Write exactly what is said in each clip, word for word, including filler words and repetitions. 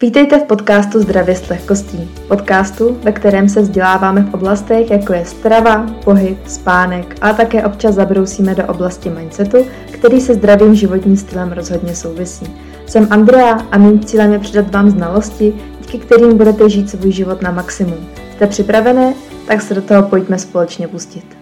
Vítejte v podcastu Zdravě s lehkostí. Podcastu, ve kterém se vzděláváme v oblastech, jako je strava, pohyb, spánek, ale také občas zabrousíme do oblasti mindsetu, který se zdravým životním stylem rozhodně souvisí. Jsem Andrea a mým cílem je předat vám znalosti, díky kterým budete žít svůj život na maximum. Jste připravené? Tak se do toho pojďme společně pustit.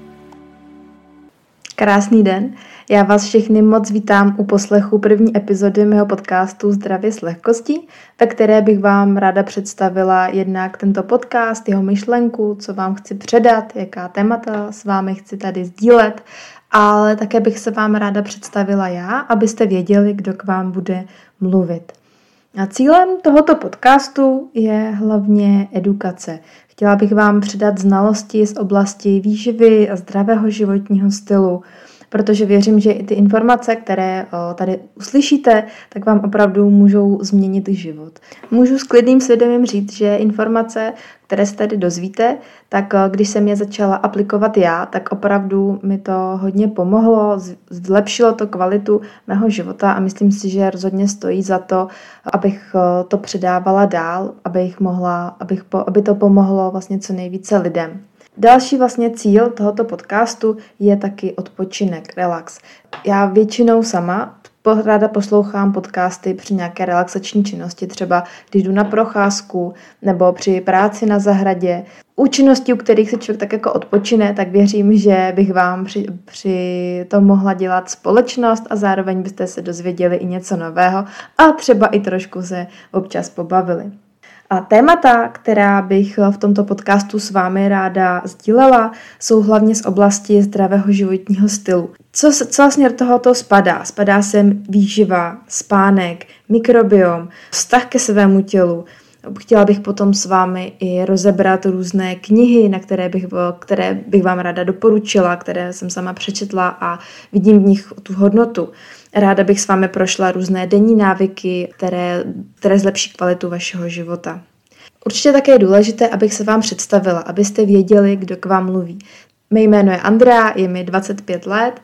Krásný den, já vás všechny moc vítám u poslechu první epizody mého podcastu Zdravě s lehkostí, ve které bych vám ráda představila jednak tento podcast, jeho myšlenku, co vám chci předat, jaká témata s vámi chci tady sdílet, ale také bych se vám ráda představila já, abyste věděli, kdo k vám bude mluvit. A cílem tohoto podcastu je hlavně edukace. Chtěla bych vám předat znalosti z oblasti výživy a zdravého životního stylu, protože věřím, že i ty informace, které tady uslyšíte, tak vám opravdu můžou změnit život. Můžu s klidným svědomím říct, že informace, které se tady dozvíte, tak když jsem je začala aplikovat já, tak opravdu mi to hodně pomohlo, zlepšilo to kvalitu mého života a myslím si, že rozhodně stojí za to, abych to předávala dál, abych mohla, abych, aby to pomohlo vlastně co nejvíce lidem. Další vlastně cíl tohoto podcastu je taky odpočinek, relax. Já většinou sama ráda poslouchám podcasty při nějaké relaxační činnosti, třeba když jdu na procházku nebo při práci na zahradě. U činností, u kterých se člověk tak jako odpočine, tak věřím, že bych vám při, při tom mohla dělat společnost a zároveň byste se dozvěděli i něco nového a třeba i trošku se občas pobavili. A témata, která bych v tomto podcastu s vámi ráda sdílela, jsou hlavně z oblasti zdravého životního stylu. Co, co vlastně do tohoto spadá? Spadá sem výživa, spánek, mikrobiom, vztah ke svému tělu. Chtěla bych potom s vámi i rozebrat různé knihy, na které bych, které bych vám ráda doporučila, které jsem sama přečetla a vidím v nich tu hodnotu. Ráda bych s vámi prošla různé denní návyky, které, které zlepší kvalitu vašeho života. Určitě také je důležité, abych se vám představila, abyste věděli, kdo k vám mluví. Mé jméno je Andrea, je mi dvacet pět let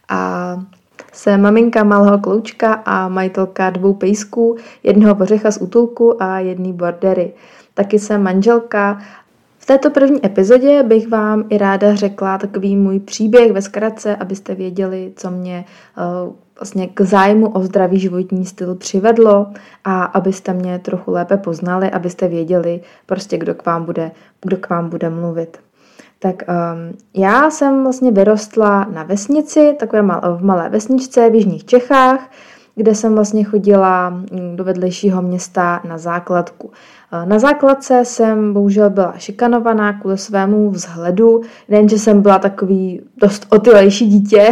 a jsem maminka malého kloučka a majitelka dvou pejsků, jednoho ořecha z útulku a jedné bordery. Taky jsem manželka. V této první epizodě bych vám i ráda řekla takový můj příběh ve zkratce, abyste věděli, co mě uh, vlastně k zájmu o zdravý životní styl přivedlo a abyste mě trochu lépe poznali, abyste věděli prostě, kdo k vám bude, kdo k vám bude mluvit. Tak um, já jsem vlastně vyrostla na vesnici, takové mal, v malé vesničce v jižních Čechách, kde jsem vlastně chodila do vedlejšího města na základku. Na základce jsem bohužel byla šikanovaná kvůli svému vzhledu, nejenže jsem byla takový dost otylejší dítě,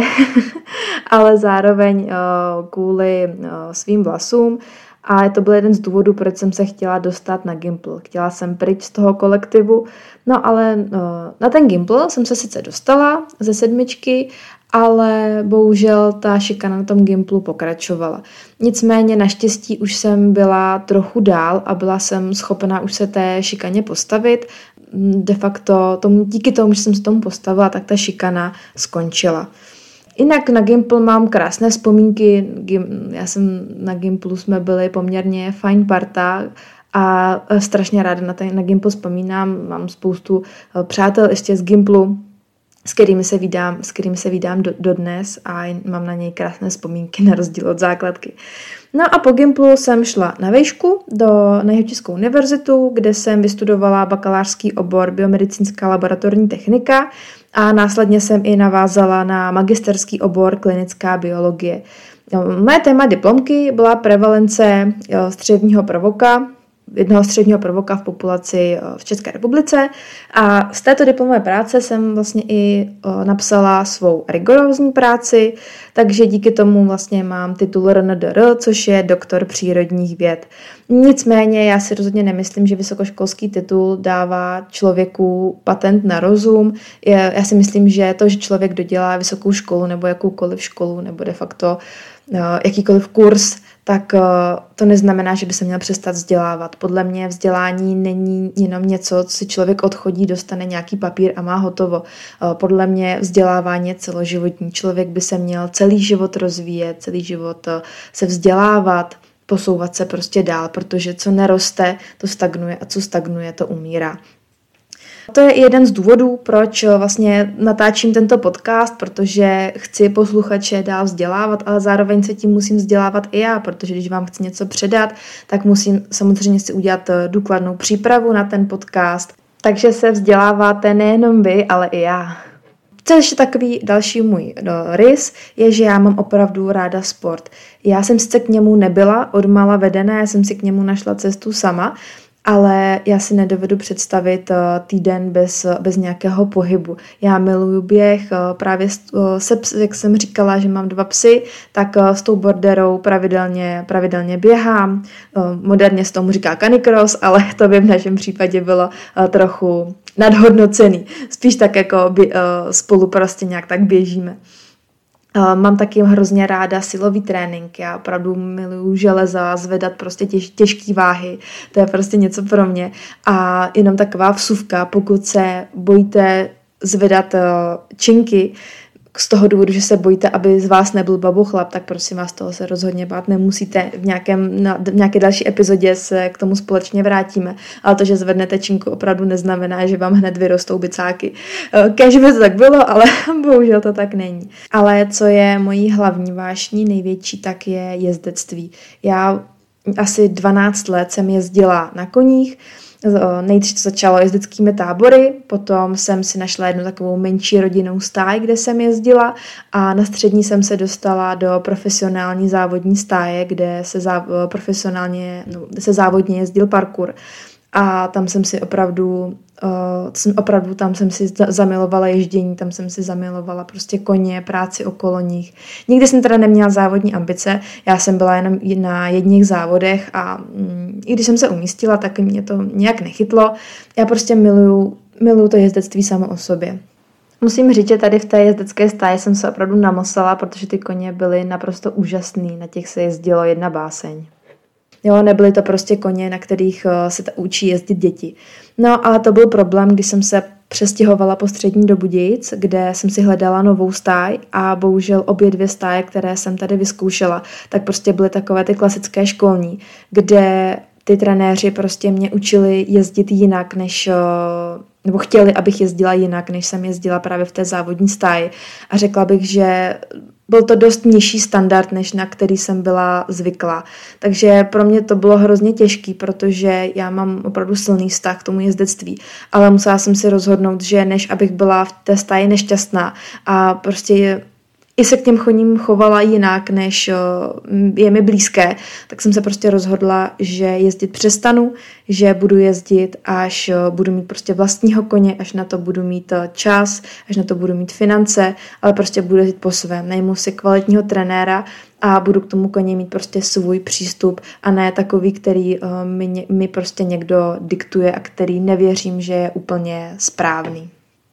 ale zároveň kvůli svým vlasům. A to byl jeden z důvodů, proč jsem se chtěla dostat na Gimpl. Chtěla jsem pryč z toho kolektivu, no ale na ten Gimpl jsem se sice dostala ze sedmičky, ale bohužel ta šikana na tom Gimplu pokračovala. Nicméně naštěstí už jsem byla trochu dál a byla jsem schopná už se té šikaně postavit. De facto tomu, díky tomu, že jsem se tomu postavila, tak ta šikana skončila. Jinak na Gimpl mám krásné vzpomínky. Já jsem na Gimplu jsme byli poměrně fajn parta a strašně ráda na, ten, na Gimpl vzpomínám. Mám spoustu přátel ještě z Gimplu, s kterými se vídám, s kterými se vídám do, dodnes a mám na něj krásné vzpomínky na rozdíl od základky. No a po Gimplu jsem šla na vejšku do, na Jihočeskou univerzitu, kde jsem vystudovala bakalářský obor biomedicínská laboratorní technika a následně jsem i navázala na magisterský obor klinická biologie. Moje téma diplomky byla prevalence střevního prvoka, jednoho střevního prvoka v populaci v České republice a z této diplomové práce jsem vlastně i napsala svou rigorózní práci, takže díky tomu vlastně mám titul R N D R, což je doktor přírodních věd. Nicméně já si rozhodně nemyslím, že vysokoškolský titul dává člověku patent na rozum. Já si myslím, že to, že člověk dodělá vysokou školu nebo jakoukoliv školu nebo de facto jakýkoliv kurz, tak to neznamená, že by se měl přestat vzdělávat. Podle mě vzdělání není jenom něco, co si člověk odchodí, dostane nějaký papír a má hotovo. Podle mě vzdělávání je celoživotní. Člověk by se měl celý život rozvíjet, celý život se vzdělávat, posouvat se prostě dál, protože co neroste, to stagnuje a co stagnuje, to umírá. To je jeden z důvodů, proč vlastně natáčím tento podcast, protože chci posluchače dál vzdělávat, ale zároveň se tím musím vzdělávat i já, protože když vám chci něco předat, tak musím samozřejmě si udělat důkladnou přípravu na ten podcast. Takže se vzděláváte nejenom vy, ale i já. Co ještě takový další můj no, rys, je, že já mám opravdu ráda sport. Já jsem sice k němu nebyla odmala vedená, já jsem si k němu našla cestu sama, ale já si nedovedu představit týden bez, bez nějakého pohybu. Já miluju běh, právě se, jak jsem říkala, že mám dva psy, tak s tou borderou pravidelně, pravidelně běhám. Moderně se tomu říká canicross, ale to by v našem případě bylo trochu nadhodnocený. Spíš tak jako by, spolu prostě nějak tak běžíme. Mám taky hrozně ráda silový trénink, já opravdu miluju železa, zvedat prostě těž, těžké váhy, to je prostě něco pro mě. A jenom taková vsuvka, pokud se bojíte zvedat činky, z toho důvodu, že se bojíte, aby z vás nebyl babochlap, tak prosím vás, toho se rozhodně bát nemusíte. V, nějakém, na, v nějaké další epizodě se k tomu společně vrátíme. Ale to, že zvednete činku, opravdu neznamená, že vám hned vyrostou bicáky. Kéž by to tak bylo, ale bohužel to tak není. Ale co je mojí hlavní vášní největší, tak je jezdectví. Já asi dvanáct let jsem jezdila na koních. Nejdřív to začalo jezdeckými tábory, potom jsem si našla jednu takovou menší rodinnou stáj, kde jsem jezdila a na střední jsem se dostala do profesionální závodní stáje, kde se, záv- profesionálně, no, kde se závodně jezdil parkour. A tam jsem si opravdu, uh, jsem opravdu tam jsem si zamilovala ježdění, tam jsem si zamilovala prostě koně, práci okolo nich. Nikdy jsem teda neměla závodní ambice, já jsem byla jenom na jedních závodech a mm, i když jsem se umístila, tak mě to nějak nechytlo. Já prostě miluju, miluju to jezdectví samo o sobě. Musím říct, že tady v té jezdecké stáji jsem se opravdu namosala, protože ty koně byly naprosto úžasný, na těch se jezdilo jedna báseň. Jo, nebyly to prostě koně, na kterých se t- učí jezdit děti. No, ale to byl problém, když jsem se přestěhovala po Střední do Budějic, kde jsem si hledala novou stáj a bohužel obě dvě stáje, které jsem tady vyzkoušela, tak prostě byly takové ty klasické školní, kde ty trenéři prostě mě učili jezdit jinak, než, nebo chtěli, abych jezdila jinak, než jsem jezdila právě v té závodní stáji. A řekla bych, že byl to dost nižší standard, než na který jsem byla zvyklá. Takže pro mě to bylo hrozně těžký, protože já mám opravdu silný vztah k tomu jezdectví. Ale musela jsem si rozhodnout, že než abych byla v té stáji nešťastná a prostě i se k těm koním chovala jinak, než je mi blízké, tak jsem se prostě rozhodla, že jezdit přestanu, že budu jezdit, až budu mít prostě vlastního koně, až na to budu mít čas, až na to budu mít finance, ale prostě budu jezdit po svém. Najmu si kvalitního trenéra a budu k tomu koně mít prostě svůj přístup a ne takový, který mi, mi prostě někdo diktuje a který nevěřím, že je úplně správný.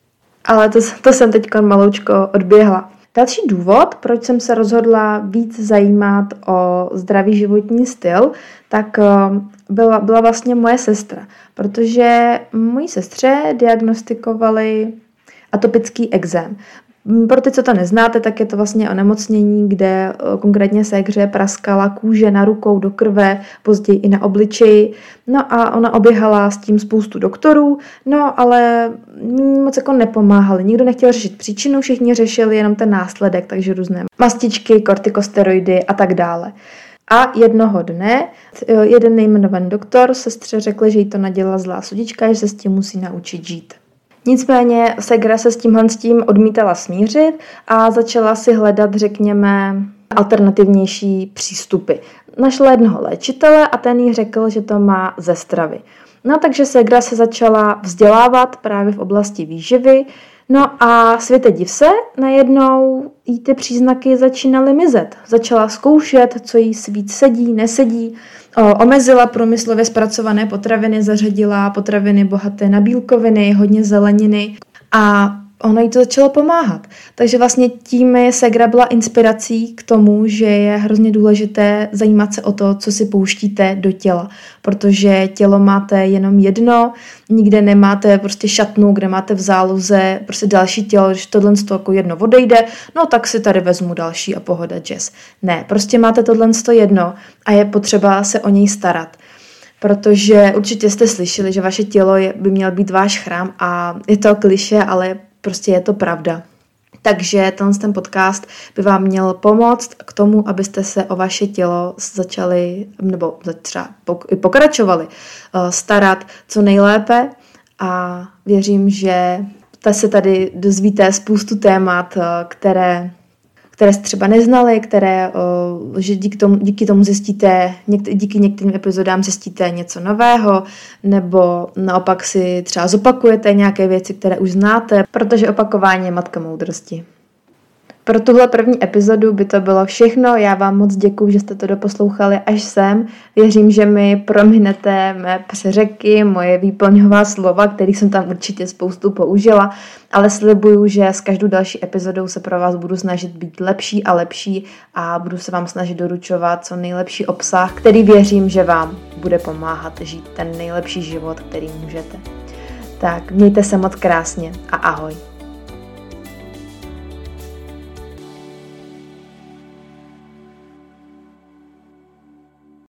Ale to, to jsem teď maloučko odběhla. Další důvod, proč jsem se rozhodla víc zajímat o zdravý životní styl, tak byla, byla vlastně moje sestra, protože mojí sestře diagnostikovali atopický ekzém. Pro ty, co to neznáte, tak je to vlastně onemocnění, kde konkrétně ségře praskala kůže na rukou, do krve, později i na obličeji. No a ona oběhala s tím spoustu doktorů, no ale moc jako nepomáhali. Nikdo nechtěl řešit příčinu, všichni řešili jenom ten následek, takže různé mastičky, kortikosteroidy a tak dále. A jednoho dne jeden nejmenovaný doktor sestře řekl, že jí to nadělala zlá sudička, že se s tím musí naučit žít. Nicméně Segra se s tímhle s tím odmítala smířit a začala si hledat, řekněme, alternativnější přístupy. Našla jednoho léčitele a ten jí řekl, že to má ze stravy. No takže Segra se začala vzdělávat právě v oblasti výživy, no a světe div se, najednou jí ty příznaky začínaly mizet. Začala zkoušet, co jí víc sedí, nesedí, omezila průmyslově zpracované potraviny, zařadila potraviny bohaté na bílkoviny, hodně zeleniny a ono jí to začalo pomáhat. Takže vlastně tím mi segra byla inspirací k tomu, že je hrozně důležité zajímat se o to, co si pouštíte do těla, protože tělo máte jenom jedno, nikde nemáte prostě šatnu, kde máte v záloze prostě další tělo, když tohle jako jedno odejde, no tak si tady vezmu další a pohoda jazz. Ne, prostě máte tohle jedno a je potřeba se o něj starat. Protože určitě jste slyšeli, že vaše tělo je, by měl být váš chrám a je to klišé, ale prostě je to pravda. Takže tenhle ten podcast by vám měl pomoct k tomu, abyste se o vaše tělo začali, nebo třeba pokračovali starat co nejlépe a věřím, že se tady dozvíte spoustu témat, které které jste třeba neznali, které, že díky tomu, díky tomu zjistíte, díky některým epizodám zjistíte něco nového, nebo naopak si třeba zopakujete nějaké věci, které už znáte, protože opakování je matka moudrosti. Pro tuhle první epizodu by to bylo všechno. Já vám moc děkuju, že jste to doposlouchali až sem. Věřím, že mi prominete mé přeřeky, moje výplňová slova, kterých jsem tam určitě spoustu použila, ale slibuju, že s každou další epizodou se pro vás budu snažit být lepší a lepší a budu se vám snažit doručovat co nejlepší obsah, který věřím, že vám bude pomáhat žít ten nejlepší život, který můžete. Tak mějte se moc krásně a ahoj.